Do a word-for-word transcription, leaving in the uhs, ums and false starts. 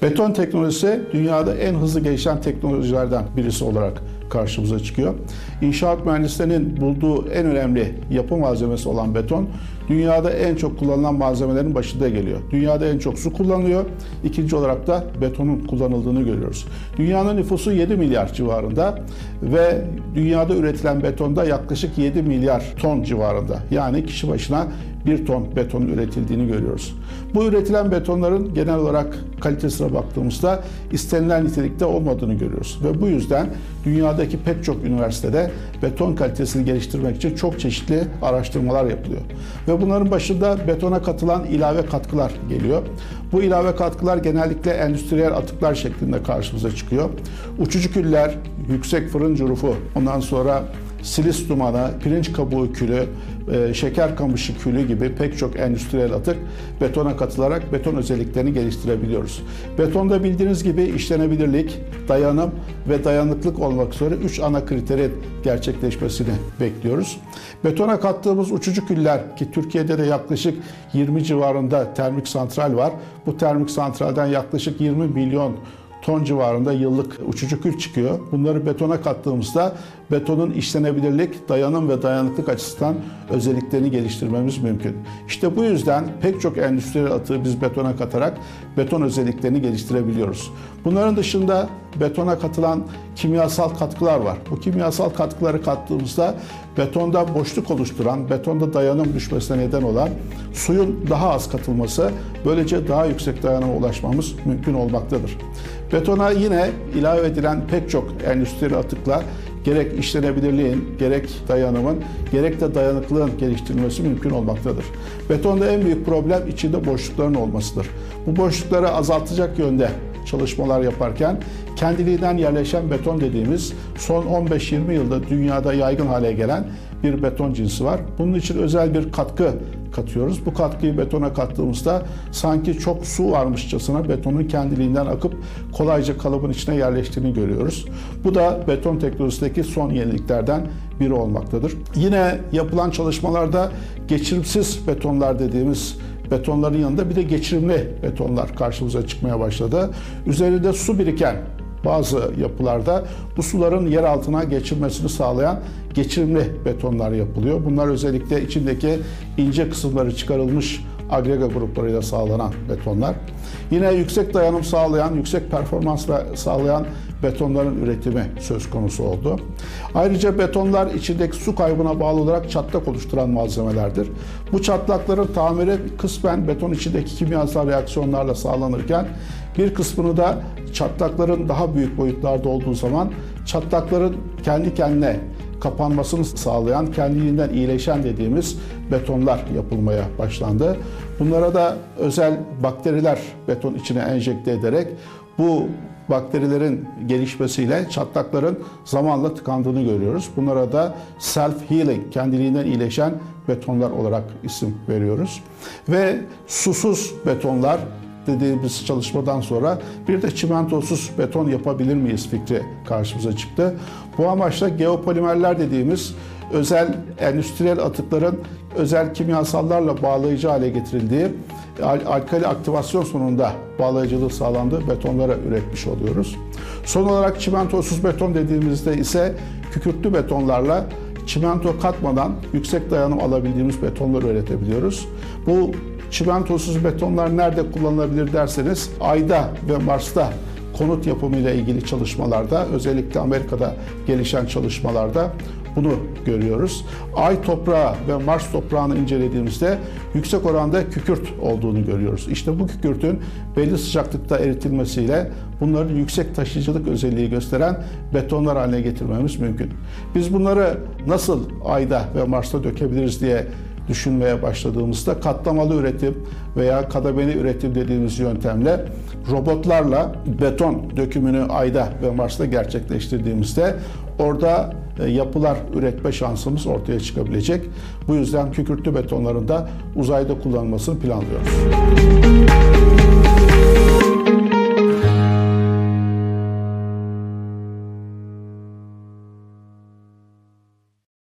Beton teknolojisi dünyada en hızlı gelişen teknolojilerden birisi olarak karşımıza çıkıyor. İnşaat mühendislerinin bulduğu en önemli yapı malzemesi olan beton, dünyada en çok kullanılan malzemelerin başında geliyor. Dünyada en çok su kullanılıyor. İkinci olarak da betonun kullanıldığını görüyoruz. Dünyanın nüfusu yedi milyar civarında ve dünyada üretilen betonda yaklaşık yedi milyar ton civarında. Yani kişi başına bir ton beton üretildiğini görüyoruz. Bu üretilen betonların genel olarak kalitesine baktığımızda istenilen nitelikte olmadığını görüyoruz. Ve bu yüzden dünyadaki pek çok üniversitede beton kalitesini geliştirmek için çok çeşitli araştırmalar yapılıyor. Ve bunların başında betona katılan ilave katkılar geliyor. Bu ilave katkılar genellikle endüstriyel atıklar şeklinde karşımıza çıkıyor. Uçucu küller, yüksek fırın curufu, ondan sonra silis dumanı, pirinç kabuğu külü, şeker kamışı külü gibi pek çok endüstriyel atık betona katılarak beton özelliklerini geliştirebiliyoruz. Betonda bildiğiniz gibi işlenebilirlik, dayanım ve dayanıklık olmak üzere üç ana kriterin gerçekleşmesini bekliyoruz. Betona kattığımız uçucu küller, ki Türkiye'de de yaklaşık yirmi civarında termik santral var. Bu termik santralden yaklaşık yirmi milyon ton civarında yıllık uçucu kül çıkıyor. Bunları betona kattığımızda betonun işlenebilirlik, dayanım ve dayanıklık açısından özelliklerini geliştirmemiz mümkün. İşte bu yüzden pek çok endüstriyel atığı biz betona katarak beton özelliklerini geliştirebiliyoruz. Bunların dışında betona katılan kimyasal katkılar var. Bu kimyasal katkıları kattığımızda betonda boşluk oluşturan, betonda dayanım düşmesine neden olan suyun daha az katılması, böylece daha yüksek dayanıma ulaşmamız mümkün olmaktadır. Betona yine ilave edilen pek çok endüstriyel atıkla gerek işlenebilirliğin, gerek dayanımın, gerek de dayanıklılığın geliştirilmesi mümkün olmaktadır. Betonda en büyük problem içinde boşlukların olmasıdır. Bu boşlukları azaltacak yönde çalışmalar yaparken kendiliğinden yerleşen beton dediğimiz son on beş yirmi yılda dünyada yaygın hale gelen bir beton cinsi var. Bunun için özel bir katkı katıyoruz. Bu katkıyı betona kattığımızda sanki çok su varmışçasına betonun kendiliğinden akıp kolayca kalıbın içine yerleştiğini görüyoruz. Bu da beton teknolojisindeki son yeniliklerden biri olmaktadır. Yine yapılan çalışmalarda geçirimsiz betonlar dediğimiz betonların yanında bir de geçirimli betonlar karşımıza çıkmaya başladı. Üzerinde su biriken bazı yapılarda bu suların yer altına geçirmesini sağlayan geçirimli betonlar yapılıyor. Bunlar özellikle içindeki ince kısımları çıkarılmış agrega gruplarıyla sağlanan betonlar. Yine yüksek dayanım sağlayan, yüksek performans sağlayan betonların üretimi söz konusu oldu. Ayrıca betonlar içindeki su kaybına bağlı olarak çatlak oluşturan malzemelerdir. Bu çatlakların tamiri kısmen beton içindeki kimyasal reaksiyonlarla sağlanırken bir kısmını da çatlakların daha büyük boyutlarda olduğu zaman çatlakların kendi kendine kapanmasını sağlayan, kendiliğinden iyileşen dediğimiz betonlar yapılmaya başlandı. Bunlara da özel bakteriler beton içine enjekte ederek bu bakterilerin gelişmesiyle çatlakların zamanla tıkandığını görüyoruz. Bunlara da self-healing, kendiliğinden iyileşen betonlar olarak isim veriyoruz. Ve susuz betonlar dediğimiz çalışmadan sonra bir de çimentosuz beton yapabilir miyiz fikri karşımıza çıktı. Bu amaçla geopolimerler dediğimiz özel endüstriyel atıkların özel kimyasallarla bağlayıcı hale getirildiği, alkali aktivasyon sonunda bağlayıcılığı sağlandığı betonlara üretmiş oluyoruz. Son olarak çimentosuz beton dediğimizde ise kükürtlü betonlarla çimento katmadan yüksek dayanım alabildiğimiz betonları üretebiliyoruz. Bu çimentosuz betonlar nerede kullanılabilir derseniz Ay'da ve Mars'ta konut yapımıyla ilgili çalışmalarda, özellikle Amerika'da gelişen çalışmalarda bunu görüyoruz. Ay toprağı ve Mars toprağını incelediğimizde yüksek oranda kükürt olduğunu görüyoruz. İşte bu kükürtün belli sıcaklıkta eritilmesiyle bunların yüksek taşıyıcılık özelliği gösteren betonlar haline getirmemiz mümkün. Biz bunları nasıl Ay'da ve Mars'ta dökebiliriz diye düşünmeye başladığımızda katlamalı üretim veya kademeli üretim dediğimiz yöntemle robotlarla beton dökümünü Ay'da ve Mars'ta gerçekleştirdiğimizde orada yapılar üretme şansımız ortaya çıkabilecek. Bu yüzden kükürtlü betonların da uzayda kullanılmasını planlıyoruz.